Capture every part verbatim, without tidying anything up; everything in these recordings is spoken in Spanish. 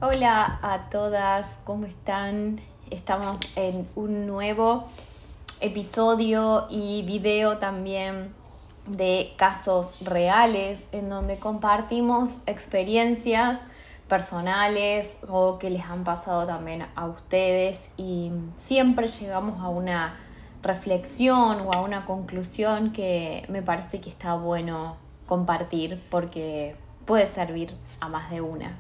Hola a todas, ¿cómo están? Estamos en un nuevo episodio y video también de casos reales en donde compartimos experiencias personales o que les han pasado también a ustedes y siempre llegamos a una reflexión o a una conclusión que me parece que está bueno compartir porque puede servir a más de una.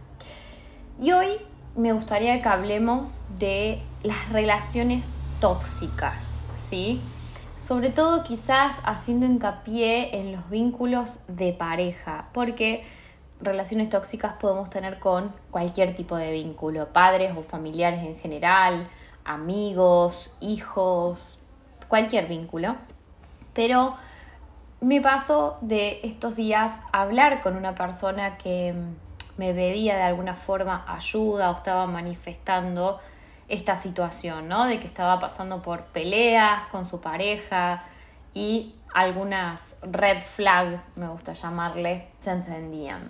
Y hoy me gustaría que hablemos de las relaciones tóxicas, ¿sí? Sobre todo quizás haciendo hincapié en los vínculos de pareja, porque relaciones tóxicas podemos tener con cualquier tipo de vínculo, padres o familiares en general, amigos, hijos, cualquier vínculo. Pero me pasó de estos días hablar con una persona que me pedía de alguna forma ayuda o estaba manifestando esta situación, ¿no? De que estaba pasando por peleas con su pareja y algunas red flag, me gusta llamarle, se encendían.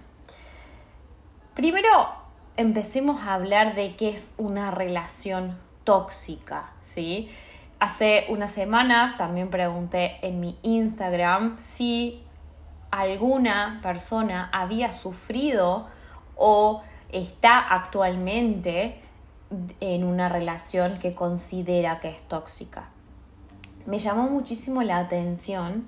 Primero, empecemos a hablar de qué es una relación tóxica, ¿sí? Hace unas semanas también pregunté en mi Instagram si alguna persona había sufrido o está actualmente en una relación que considera que es tóxica. Me llamó muchísimo la atención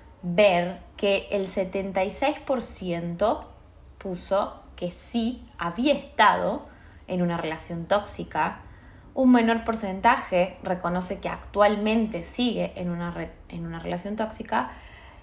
ver que el setenta y seis por ciento puso que sí había estado en una relación tóxica. Un menor porcentaje reconoce que actualmente sigue en una, re- en una relación tóxica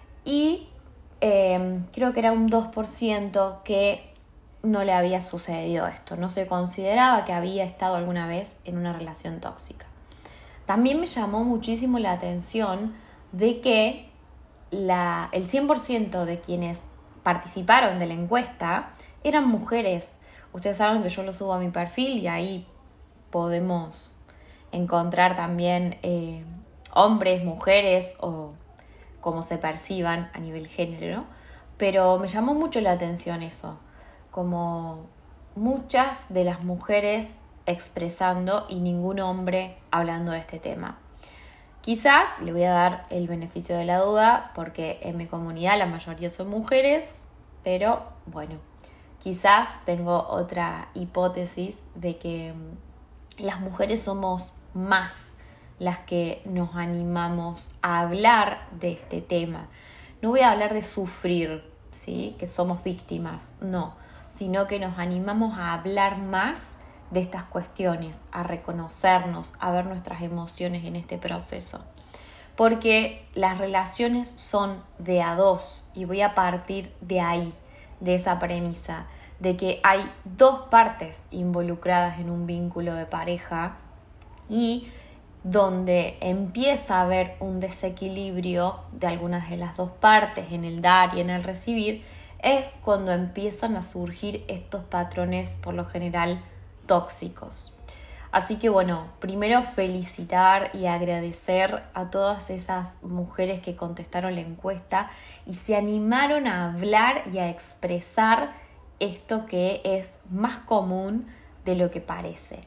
y eh, creo que era un dos por ciento que no le había sucedido esto, no se consideraba que había estado alguna vez en una relación tóxica. También me llamó muchísimo la atención de que la, el cien por ciento de quienes participaron de la encuesta eran mujeres. Ustedes saben que yo lo subo a mi perfil y ahí podemos encontrar también eh, hombres, mujeres o como se perciban a nivel género, pero me llamó mucho la atención eso, como muchas de las mujeres expresando y ningún hombre hablando de este tema. Quizás le voy a dar el beneficio de la duda porque en mi comunidad la mayoría son mujeres, pero bueno, quizás tengo otra hipótesis de que las mujeres somos más las que nos animamos a hablar de este tema. No voy a hablar de sufrir, ¿sí? Que somos víctimas, no, sino que nos animamos a hablar más de estas cuestiones, a reconocernos, a ver nuestras emociones en este proceso. Porque las relaciones son de a dos y voy a partir de ahí, de esa premisa, de que hay dos partes involucradas en un vínculo de pareja y donde empieza a haber un desequilibrio de algunas de las dos partes en el dar y en el recibir, es cuando empiezan a surgir estos patrones por lo general tóxicos. Así que bueno, primero felicitar y agradecer a todas esas mujeres que contestaron la encuesta y se animaron a hablar y a expresar esto que es más común de lo que parece.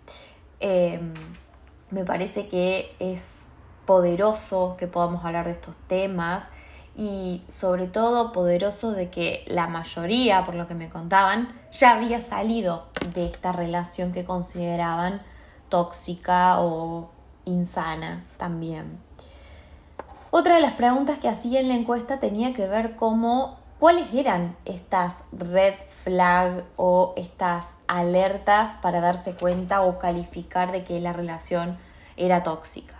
Eh, me parece que es poderoso que podamos hablar de estos temas y sobre todo poderoso de que la mayoría, por lo que me contaban, ya había salido de esta relación que consideraban tóxica o insana también. Otra de las preguntas que hacía en la encuesta tenía que ver cómo, cuáles eran estas red flag o estas alertas para darse cuenta o calificar de que la relación era tóxica.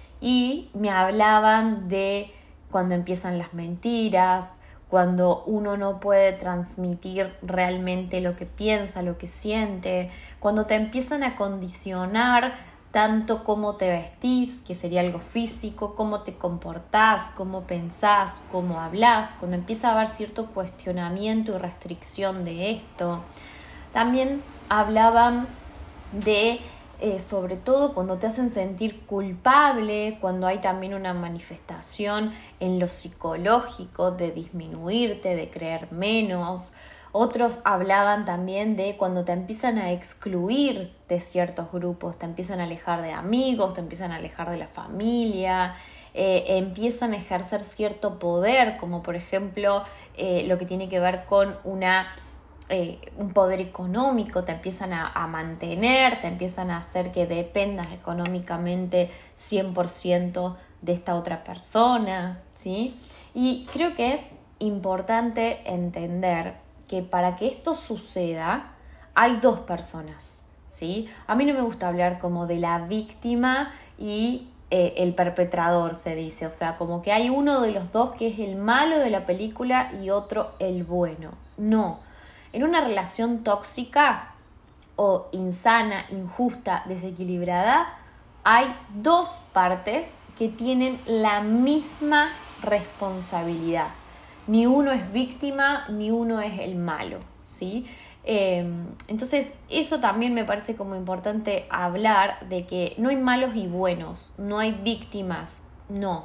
Y me hablaban de cuando empiezan las mentiras, cuando uno no puede transmitir realmente lo que piensa, lo que siente, cuando te empiezan a condicionar tanto cómo te vestís, que sería algo físico, cómo te comportás, cómo pensás, cómo hablás, cuando empieza a haber cierto cuestionamiento y restricción de esto. También hablaban de Eh, sobre todo cuando te hacen sentir culpable, cuando hay también una manifestación en lo psicológico de disminuirte, de creer menos, Otros hablaban también de cuando te empiezan a excluir de ciertos grupos, te empiezan a alejar de amigos, te empiezan a alejar de la familia, eh, empiezan a ejercer cierto poder, como por ejemplo eh, lo que tiene que ver con una, eh, un poder económico, te empiezan a, a mantener, te empiezan a hacer que dependas económicamente cien por ciento de esta otra persona, ¿sí? Y creo que es importante entender que para que esto suceda hay dos personas, ¿sí? A mí no me gusta hablar como de la víctima y eh, el perpetrador, se dice. O sea, como que hay uno de los dos que es el malo de la película y otro el bueno. No. En una relación tóxica o insana, injusta, desequilibrada, hay dos partes que tienen la misma responsabilidad. Ni uno es víctima, ni uno es el malo, ¿sí? Eh, entonces, eso también me parece como importante hablar de que no hay malos y buenos, no hay víctimas, no.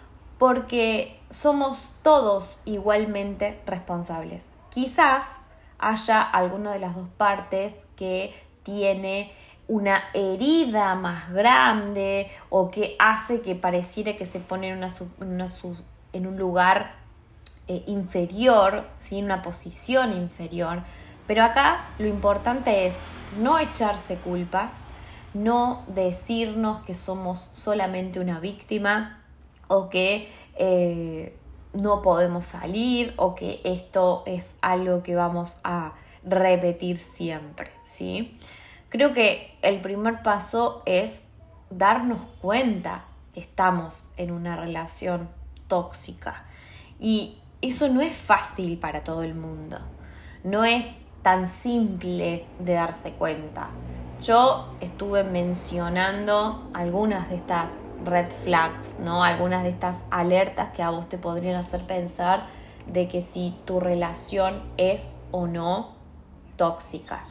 Porque somos todos igualmente responsables. Quizás haya alguna de las dos partes que tiene una herida más grande o que hace que pareciera que se pone en, una, una, en un lugar Eh, inferior, ¿sí? Una posición inferior, pero acá lo importante es no echarse culpas, no decirnos que somos solamente una víctima o que eh, no podemos salir o que esto es algo que vamos a repetir siempre, ¿sí? Creo que el primer paso es darnos cuenta que estamos en una relación tóxica y eso no es fácil para todo el mundo, no es tan simple de darse cuenta. Yo estuve mencionando algunas de estas red flags, ¿no? Algunas de estas alertas que a vos te podrían hacer pensar de que si tu relación es o no tóxica.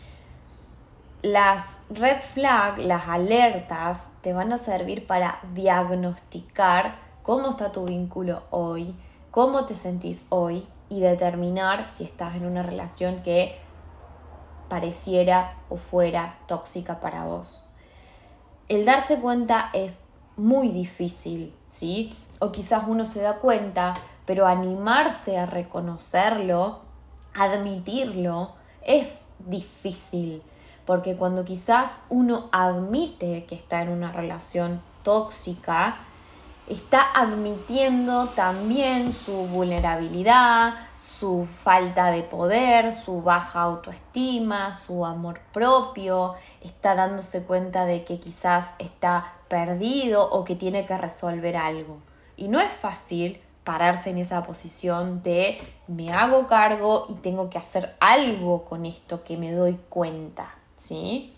Las red flags, las alertas, te van a servir para diagnosticar cómo está tu vínculo hoy, cómo te sentís hoy y determinar si estás en una relación que pareciera o fuera tóxica para vos. El darse cuenta es muy difícil, ¿sí? O quizás uno se da cuenta, pero animarse a reconocerlo, admitirlo, es difícil. Porque cuando quizás uno admite que está en una relación tóxica, está admitiendo también su vulnerabilidad, su falta de poder, su baja autoestima, su amor propio, está dándose cuenta de que quizás está perdido o que tiene que resolver algo. Y no es fácil pararse en esa posición de me hago cargo y tengo que hacer algo con esto que me doy cuenta, ¿sí?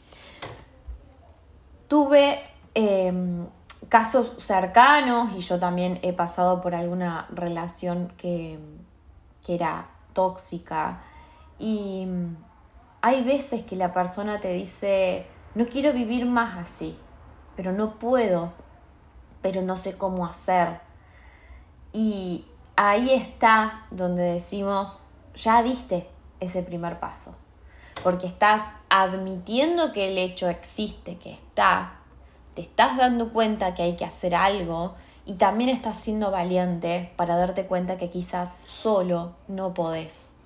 Tuve Eh, casos cercanos y yo también he pasado por alguna relación que, que era tóxica y hay veces que la persona te dice no quiero vivir más así, pero no puedo, pero no sé cómo hacer, y ahí está donde decimos ya diste ese primer paso, porque estás admitiendo que el hecho existe, que está, te estás dando cuenta que hay que hacer algo y también estás siendo valiente para darte cuenta que quizás solo no podés.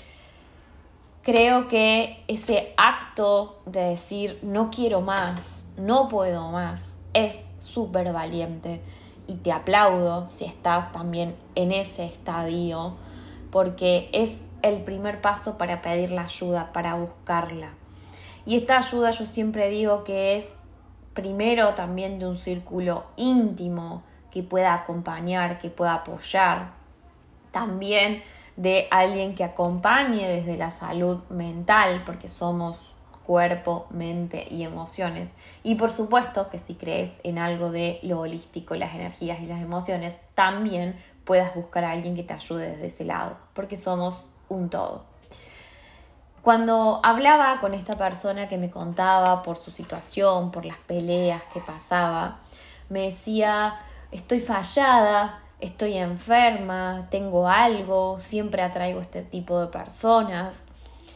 Creo que ese acto de decir no quiero más, no puedo más, es súper valiente y te aplaudo si estás también en ese estadio, porque es el primer paso para pedir la ayuda, para buscarla. Y esta ayuda yo siempre digo que es primero también de un círculo íntimo que pueda acompañar, que pueda apoyar. También de alguien que acompañe desde la salud mental, porque somos cuerpo, mente y emociones. Y por supuesto que si crees en algo de lo holístico, las energías y las emociones, también puedas buscar a alguien que te ayude desde ese lado, porque somos un todo. Cuando hablaba con esta persona que me contaba por su situación, por las peleas que pasaba, me decía, estoy fallada, estoy enferma, tengo algo, siempre atraigo este tipo de personas.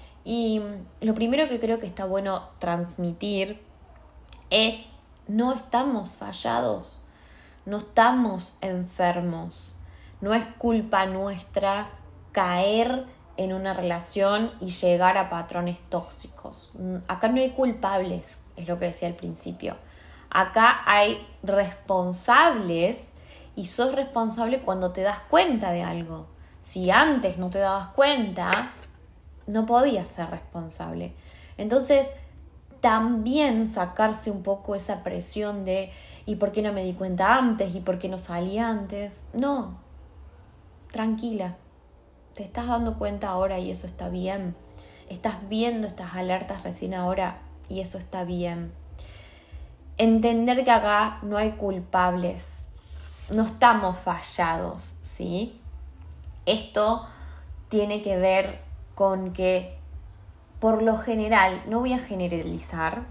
Y lo primero que creo que está bueno transmitir es: no estamos fallados, no estamos enfermos, no es culpa nuestra caer en una relación y llegar a patrones tóxicos. Acá no hay culpables, es lo que decía al principio. Acá hay responsables y sos responsable cuando te das cuenta de algo. Si antes no te dabas cuenta, no podías ser responsable. Entonces, también sacarse un poco esa presión de ¿y por qué no me di cuenta antes? ¿Y por qué no salí antes? No, tranquila. Te estás dando cuenta ahora y eso está bien. Estás viendo estas alertas recién ahora y eso está bien. Entender que acá no hay culpables. No estamos fallados, ¿sí? Esto tiene que ver con que, por lo general, no voy a generalizar,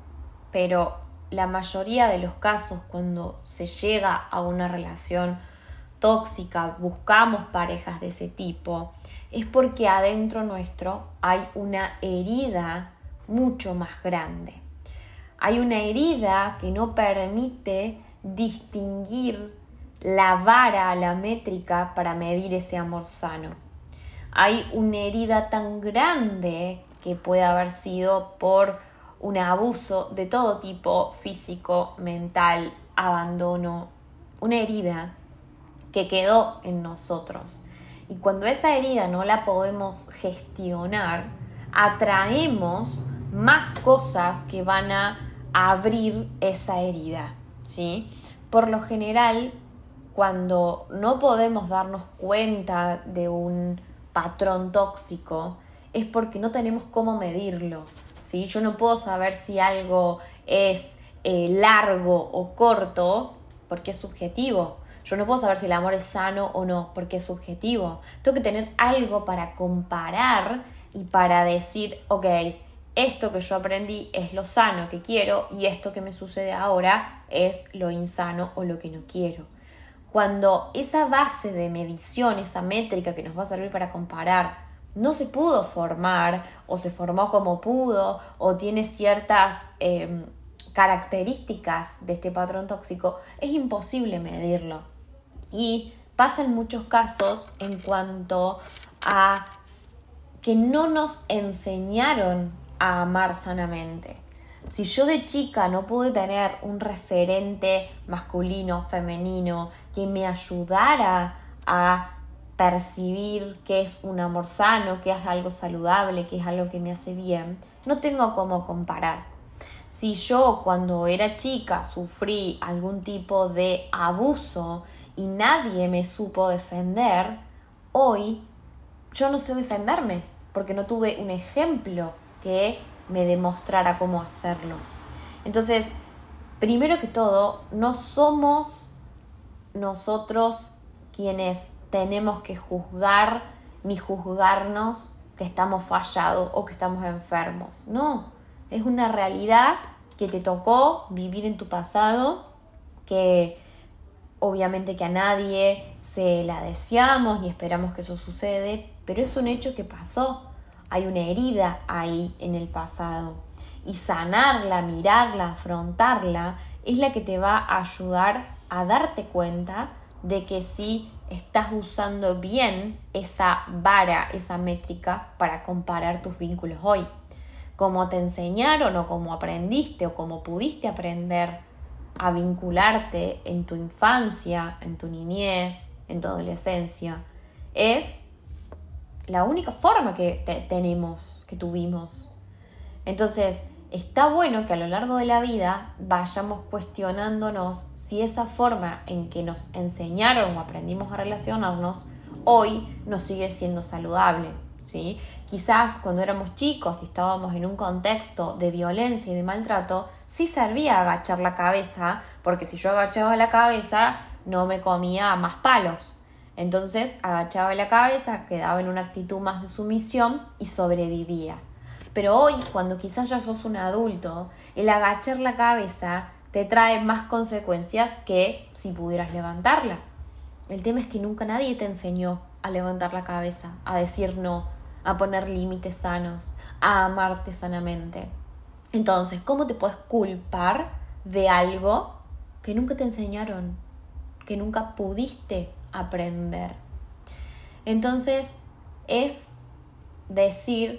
pero la mayoría de los casos cuando se llega a una relación tóxica, buscamos parejas de ese tipo, es porque adentro nuestro hay una herida mucho más grande. Hay una herida que no permite distinguir la vara, la métrica para medir ese amor sano. Hay una herida tan grande que puede haber sido por un abuso de todo tipo, físico, mental, abandono, una herida que quedó en nosotros. Y cuando esa herida no la podemos gestionar, atraemos más cosas que van a abrir esa herida, ¿sí? Por lo general, cuando no podemos darnos cuenta de un patrón tóxico, es porque no tenemos cómo medirlo, ¿sí? Yo no puedo saber si algo es eh, largo o corto porque es subjetivo. Yo no puedo saber si el amor es sano o no porque es subjetivo. Tengo que tener algo para comparar y para decir, ok, esto que yo aprendí es lo sano que quiero y esto que me sucede ahora es lo insano o lo que no quiero. Cuando esa base de medición, esa métrica que nos va a servir para comparar, no se pudo formar o se formó como pudo o tiene ciertas eh, características de este patrón tóxico, es imposible medirlo. Y pasa en muchos casos en cuanto a que no nos enseñaron a amar sanamente. Si yo de chica no pude tener un referente masculino, femenino, que me ayudara a percibir qué es un amor sano, qué es algo saludable, qué es algo que me hace bien, no tengo cómo comparar. Si yo cuando era chica sufrí algún tipo de abuso y nadie me supo defender, hoy yo no sé defenderme porque no tuve un ejemplo que me demostrara cómo hacerlo. Entonces, primero que todo, no somos nosotros quienes tenemos que juzgar ni juzgarnos que estamos fallados o que estamos enfermos. No, es una realidad que te tocó vivir en tu pasado, que obviamente que a nadie se la deseamos ni esperamos que eso sucede, pero es un hecho que pasó. Hay una herida ahí en el pasado y sanarla, mirarla, afrontarla es la que te va a ayudar a darte cuenta de que sí estás usando bien esa vara, esa métrica para comparar tus vínculos hoy. Como te enseñaron o como aprendiste o como pudiste aprender a vincularte en tu infancia, en tu niñez, en tu adolescencia, es la única forma que te- tenemos, que tuvimos. Entonces, está bueno que a lo largo de la vida vayamos cuestionándonos si esa forma en que nos enseñaron o aprendimos a relacionarnos hoy nos sigue siendo saludable, ¿sí? Quizás cuando éramos chicos y estábamos en un contexto de violencia y de maltrato, sí servía agachar la cabeza, porque si yo agachaba la cabeza no me comía más palos. Entonces agachaba la cabeza, quedaba en una actitud más de sumisión y sobrevivía. Pero hoy, cuando quizás ya sos un adulto, el agachar la cabeza te trae más consecuencias que si pudieras levantarla. El tema es que nunca nadie te enseñó a levantar la cabeza, a decir no, a poner límites sanos, a amarte sanamente. Entonces, ¿cómo te puedes culpar de algo que nunca te enseñaron, que nunca pudiste aprender? Entonces, es decir,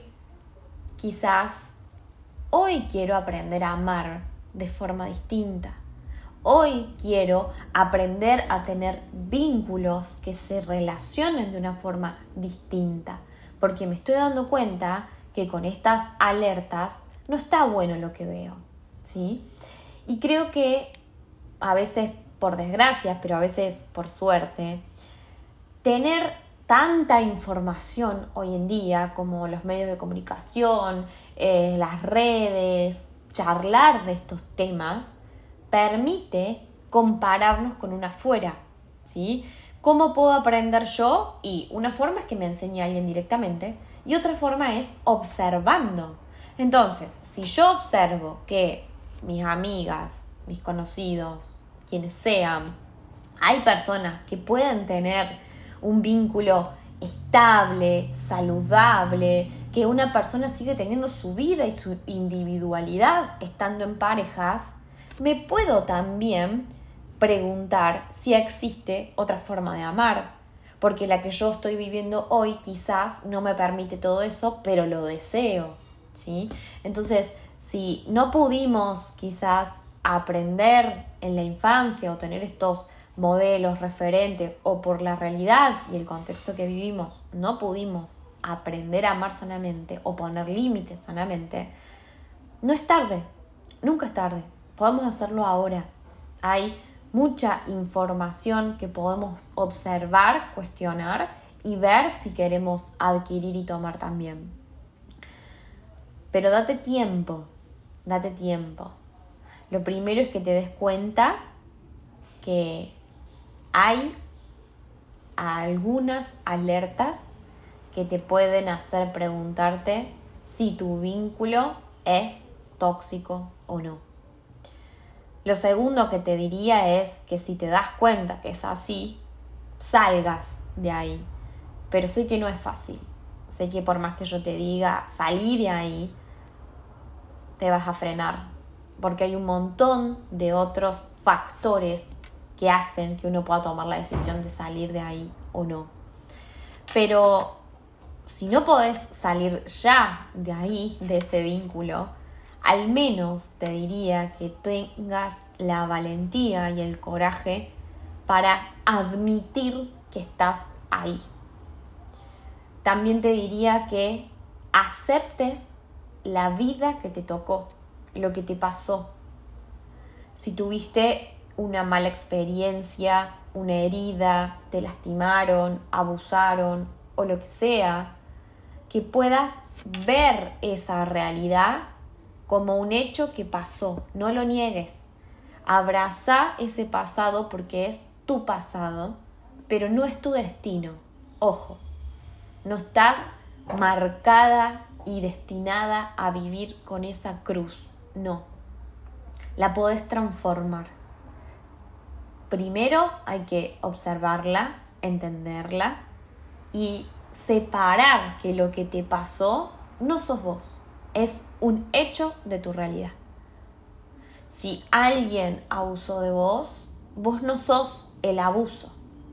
quizás hoy quiero aprender a amar de forma distinta. Hoy quiero aprender a tener vínculos que se relacionen de una forma distinta, porque me estoy dando cuenta que con estas alertas no está bueno lo que veo, ¿sí? Y creo que a veces por desgracia, pero a veces por suerte, tener tanta información hoy en día como los medios de comunicación, eh, las redes, charlar de estos temas, permite compararnos con un afuera, ¿sí? ¿Cómo puedo aprender yo? Y una forma es que me enseñe alguien directamente y otra forma es observando. Entonces, si yo observo que mis amigas, mis conocidos, quienes sean, hay personas que pueden tener un vínculo estable, saludable, que una persona sigue teniendo su vida y su individualidad estando en parejas, me puedo también preguntar si existe otra forma de amar, porque la que yo estoy viviendo hoy quizás no me permite todo eso, pero lo deseo, ¿sí? Entonces, si no pudimos quizás aprender en la infancia o tener estos modelos referentes o por la realidad y el contexto que vivimos no pudimos aprender a amar sanamente o poner límites sanamente, no es tarde, nunca es tarde. Podemos hacerlo ahora. Hay mucha información que podemos observar, cuestionar y ver si queremos adquirir y tomar también. Pero date tiempo, date tiempo. Lo primero es que te des cuenta que hay algunas alertas que te pueden hacer preguntarte si tu vínculo es tóxico o no. Lo segundo que te diría es que si te das cuenta que es así, salgas de ahí. Pero sé que no es fácil. Sé que por más que yo te diga salí de ahí, te vas a frenar. Porque hay un montón de otros factores que hacen que uno pueda tomar la decisión de salir de ahí o no. Pero si no podés salir ya de ahí, de ese vínculo, al menos te diría que tengas la valentía y el coraje para admitir que estás ahí. También te diría que aceptes la vida que te tocó, lo que te pasó. Si tuviste una mala experiencia, una herida, te lastimaron, abusaron o lo que sea, que puedas ver esa realidad como un hecho que pasó, no lo niegues. Abraza ese pasado porque es tu pasado, pero no es tu destino. Ojo, no estás marcada y destinada a vivir con esa cruz, no. La podés transformar. Primero hay que observarla, entenderla y separar que lo que te pasó no sos vos. Es un hecho de tu realidad. Si alguien abusó de vos, vos no sos el abuso.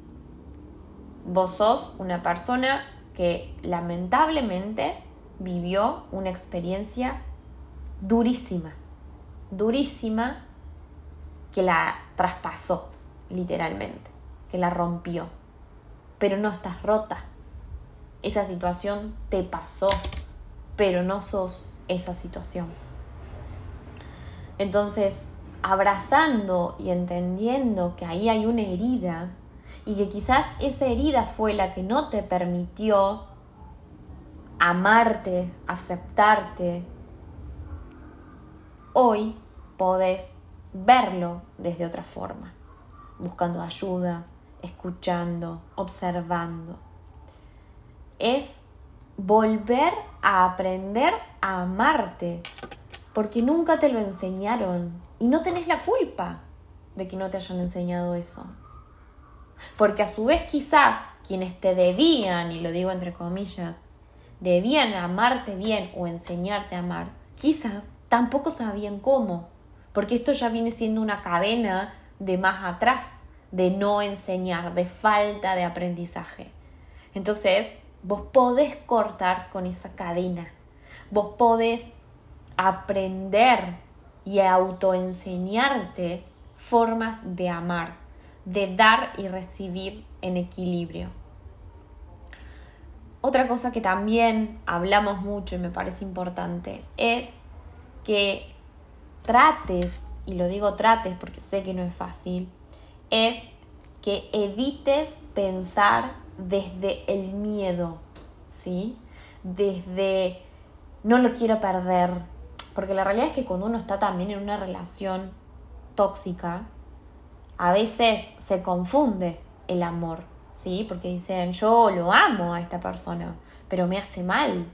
Vos sos una persona que lamentablemente vivió una experiencia durísima, durísima, que la traspasó, literalmente, que la rompió. Pero no estás rota. Esa situación te pasó, pero no sos esa situación. Entonces, abrazando y entendiendo que ahí hay una herida y que quizás esa herida fue la que no te permitió amarte, aceptarte, hoy podés verlo desde otra forma, buscando ayuda, escuchando, observando. Es volver a aprender a amarte, porque nunca te lo enseñaron y no tenés la culpa de que no te hayan enseñado eso. Porque a su vez quizás quienes te debían, y lo digo entre comillas, debían amarte bien o enseñarte a amar, quizás tampoco sabían cómo. Porque esto ya viene siendo una cadena de más atrás, de no enseñar, de falta de aprendizaje. Entonces, vos podés cortar con esa cadena. Vos podés aprender y autoenseñarte formas de amar, de dar y recibir en equilibrio. Otra cosa que también hablamos mucho y me parece importante es que trates, y lo digo trates porque sé que no es fácil, es que evites pensar desde el miedo, ¿sí? Desde no lo quiero perder, porque la realidad es que cuando uno está también en una relación tóxica, a veces se confunde el amor, ¿sí? Porque dicen, yo lo amo a esta persona, pero me hace mal.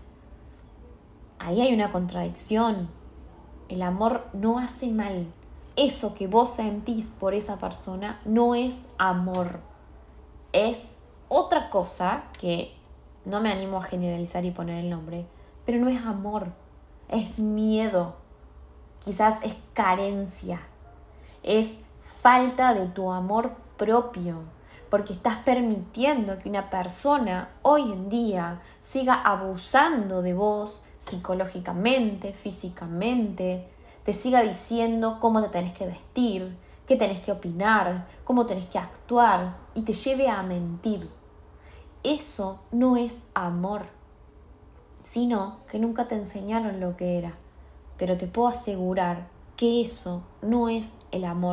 Ahí hay una contradicción. El amor no hace mal. Eso que vos sentís por esa persona no es amor. Es otra cosa que no me animo a generalizar y poner el nombre, pero no es amor. Es miedo. Quizás es carencia. Es falta de tu amor propio, porque estás permitiendo que una persona hoy en día siga abusando de vos psicológicamente, físicamente, te siga diciendo cómo te tenés que vestir, qué tenés que opinar, cómo tenés que actuar y te lleve a mentir. Eso no es amor, sino que nunca te enseñaron lo que era, pero te puedo asegurar que eso no es el amor.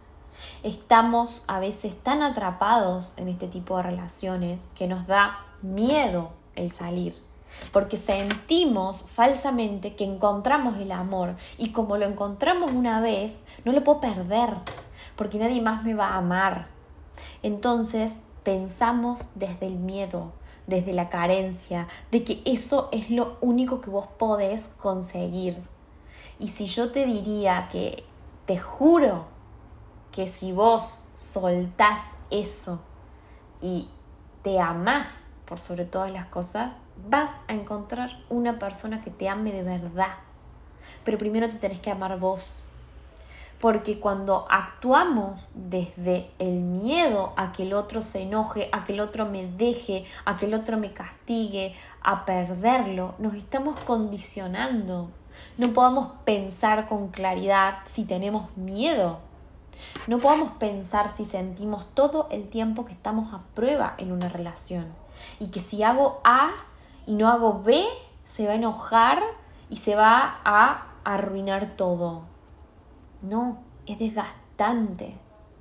Estamos a veces tan atrapados en este tipo de relaciones que nos da miedo el salir, porque sentimos falsamente que encontramos el amor y como lo encontramos una vez, no lo puedo perder, porque nadie más me va a amar. Entonces pensamos desde el miedo, desde la carencia, de que eso es lo único que vos podés conseguir. Y si yo te diría que te juro que si vos soltás eso y te amás por sobre todas las cosas, vas a encontrar una persona que te ame de verdad. Pero primero te tenés que amar vos. Porque cuando actuamos desde el miedo a que el otro se enoje, a que el otro me deje, a que el otro me castigue, a perderlo, nos estamos condicionando. No podemos pensar con claridad si tenemos miedo. No podemos pensar si sentimos todo el tiempo que estamos a prueba en una relación. Y que si hago A y no hago B, se va a enojar y se va a arruinar todo. No, es desgastante.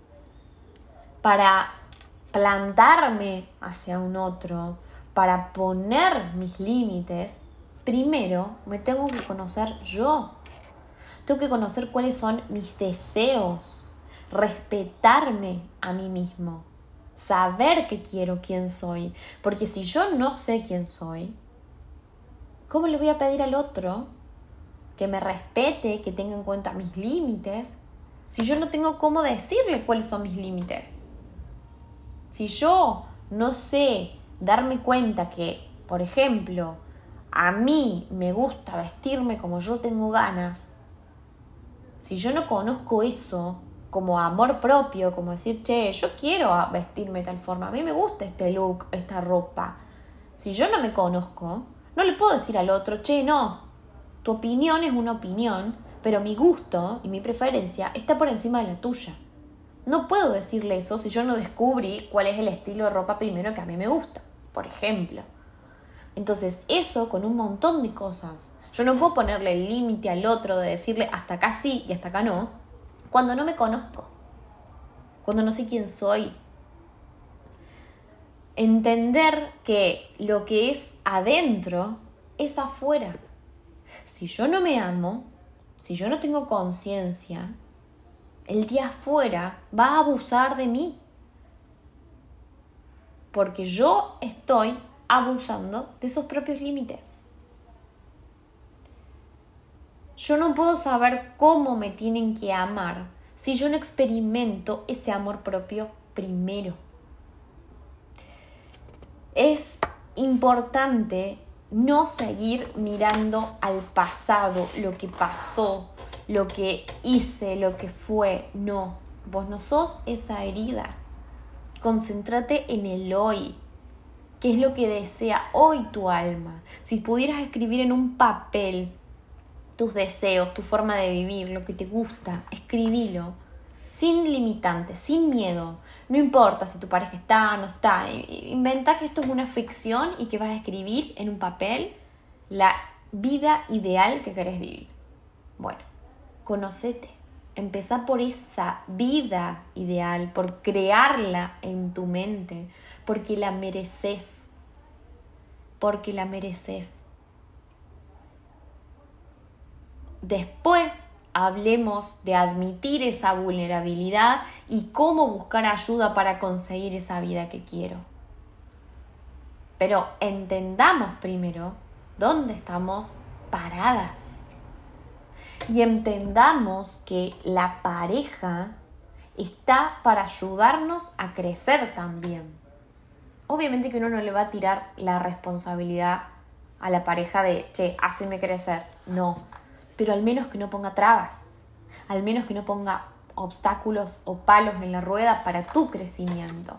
Para plantarme hacia un otro, para poner mis límites, primero me tengo que conocer yo. Tengo que conocer cuáles son mis deseos, respetarme a mí mismo, saber qué quiero, quién soy. Porque si yo no sé quién soy, ¿cómo le voy a pedir al otro que me respete, que tenga en cuenta mis límites, si yo no tengo cómo decirle cuáles son mis límites? Si yo no sé darme cuenta que, por ejemplo, a mí me gusta vestirme como yo tengo ganas, si yo no conozco eso como amor propio, como decir, che, yo quiero vestirme de tal forma, a mí me gusta este look, esta ropa. Si yo no me conozco, no le puedo decir al otro, che, no, tu opinión es una opinión, pero mi gusto y mi preferencia está por encima de la tuya. No puedo decirle eso si yo no descubrí cuál es el estilo de ropa primero que a mí me gusta, por ejemplo. Entonces, eso con un montón de cosas. Yo no puedo ponerle el límite al otro de decirle hasta acá sí y hasta acá no, cuando no me conozco, cuando no sé quién soy. Entender que lo que es adentro es afuera. Si yo no me amo, si yo no tengo conciencia, el día afuera va a abusar de mí. Porque yo estoy abusando de esos propios límites. Yo no puedo saber cómo me tienen que amar si yo no experimento ese amor propio primero. Es importante no seguir mirando al pasado, lo que pasó, lo que hice, lo que fue. No, vos no sos esa herida. Concéntrate en el hoy. ¿Qué es lo que desea hoy tu alma? Si pudieras escribir en un papel tus deseos, tu forma de vivir, lo que te gusta, escribilo. Sin limitantes, sin miedo. No importa si tu pareja está o no está. Inventa que esto es una ficción y que vas a escribir en un papel la vida ideal que querés vivir. Bueno, conócete. Empezá por esa vida ideal, por crearla en tu mente, porque la mereces. Porque la mereces. Después hablemos de admitir esa vulnerabilidad y cómo buscar ayuda para conseguir esa vida que quiero. Pero entendamos primero dónde estamos paradas. Y entendamos que la pareja está para ayudarnos a crecer también. Obviamente que uno no le va a tirar la responsabilidad a la pareja de, che, haceme crecer. No. Pero al menos que no ponga trabas, al menos que no ponga obstáculos o palos en la rueda para tu crecimiento.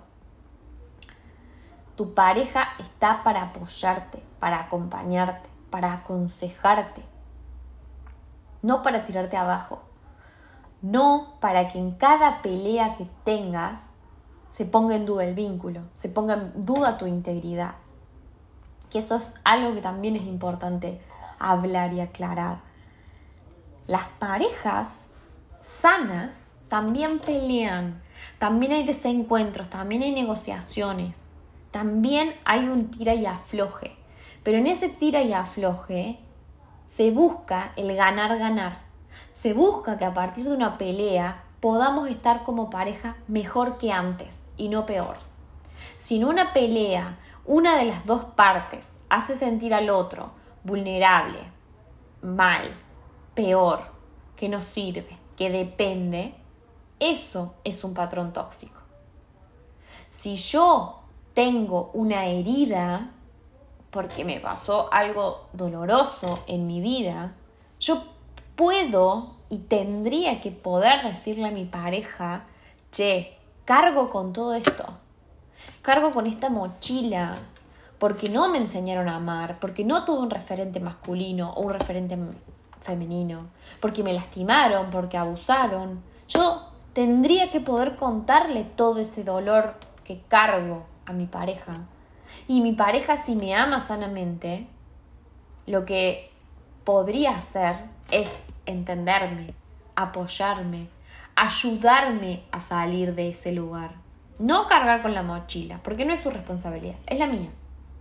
Tu pareja está para apoyarte, para acompañarte, para aconsejarte, no para tirarte abajo, no para que en cada pelea que tengas se ponga en duda el vínculo, se ponga en duda tu integridad. Que eso es algo que también es importante hablar y aclarar. Las parejas sanas también pelean, también hay desencuentros, también hay negociaciones, también hay un tira y afloje. Pero en ese tira y afloje se busca el ganar-ganar. Se busca que a partir de una pelea podamos estar como pareja mejor que antes y no peor. Si en una pelea una de las dos partes hace sentir al otro vulnerable, mal, peor, que no sirve, que depende, eso es un patrón tóxico. Si yo tengo una herida porque me pasó algo doloroso en mi vida, yo puedo y tendría que poder decirle a mi pareja, che, cargo con todo esto, cargo con esta mochila, porque no me enseñaron a amar, porque no tuve un referente masculino o un referente femenino, porque me lastimaron, porque abusaron. Yo tendría que poder contarle todo ese dolor que cargo a mi pareja. Y mi pareja, si me ama sanamente, lo que podría hacer es entenderme, apoyarme, ayudarme a salir de ese lugar. No cargar con la mochila, porque no es su responsabilidad, es la mía.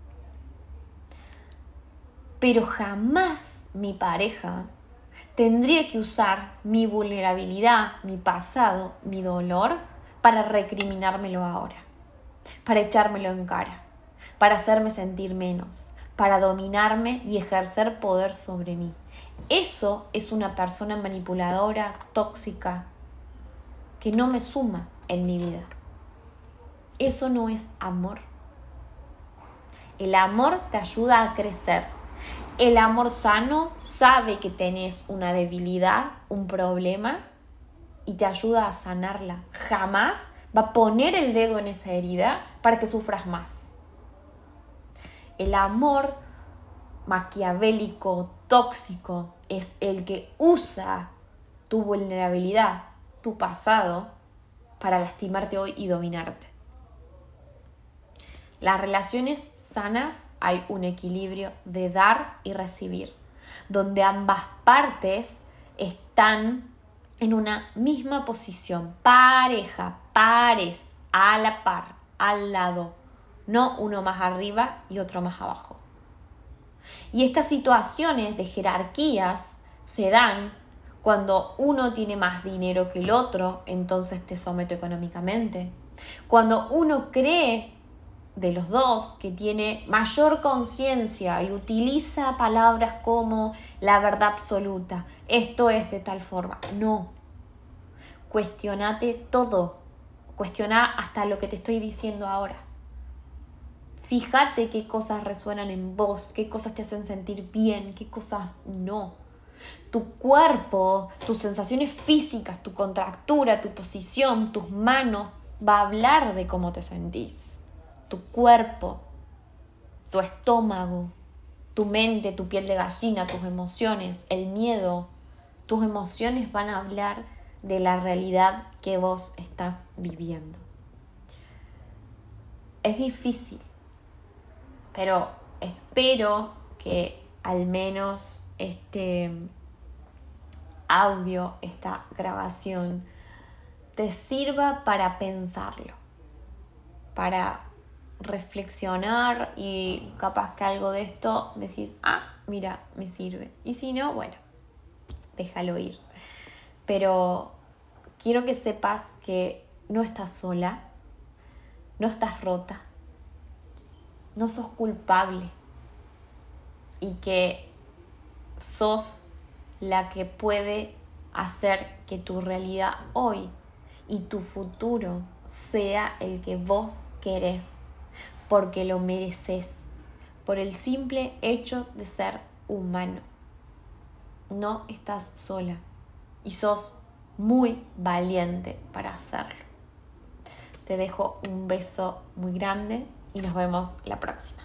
Pero jamás mi pareja tendría que usar mi vulnerabilidad, mi pasado, mi dolor para recriminármelo ahora, para echármelo en cara, para hacerme sentir menos, para dominarme y ejercer poder sobre mí. Eso es una persona manipuladora, tóxica, que no me suma en mi vida. Eso no es amor. El amor te ayuda a crecer. El amor sano sabe que tenés una debilidad, un problema, y te ayuda a sanarla. Jamás va a poner el dedo en esa herida para que sufras más. El amor maquiavélico, tóxico, es el que usa tu vulnerabilidad, tu pasado, para lastimarte hoy y dominarte. Las relaciones sanas hay un equilibrio de dar y recibir, donde ambas partes están en una misma posición, pareja, pares, a la par, al lado, no uno más arriba y otro más abajo. Y estas situaciones de jerarquías se dan cuando uno tiene más dinero que el otro, entonces te someto económicamente. Cuando uno cree de los dos que tiene mayor conciencia y utiliza palabras como la verdad absoluta, esto es de tal forma. No. Cuestionate todo. Cuestiona hasta lo que te estoy diciendo ahora. Fíjate qué cosas resuenan en vos, qué cosas te hacen sentir bien, qué cosas no. Tu cuerpo, tus sensaciones físicas, tu contractura, tu posición, tus manos, va a hablar de cómo te sentís. Tu cuerpo, tu estómago, tu mente, tu piel de gallina, tus emociones, el miedo, tus emociones van a hablar de la realidad que vos estás viviendo. Es difícil, pero espero que al menos este audio, esta grabación, te sirva para pensarlo, para reflexionar y capaz que algo de esto decís, ah, mira, me sirve. Y si no, bueno, déjalo ir. Pero quiero que sepas que no estás sola, no estás rota, no sos culpable y que sos la que puede hacer que tu realidad hoy y tu futuro sea el que vos querés, porque lo mereces, por el simple hecho de ser humano. No estás sola y sos muy valiente para hacerlo. Te dejo un beso muy grande y nos vemos la próxima.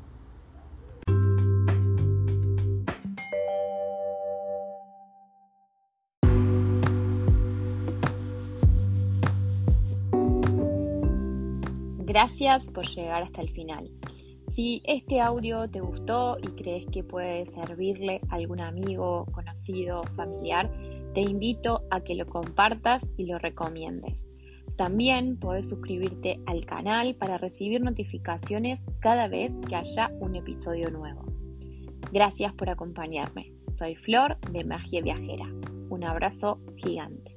Gracias por llegar hasta el final. Si este audio te gustó y crees que puede servirle a algún amigo, conocido, familiar, te invito a que lo compartas y lo recomiendes. También puedes suscribirte al canal para recibir notificaciones cada vez que haya un episodio nuevo. Gracias por acompañarme. Soy Flor de Magia Viajera. Un abrazo gigante.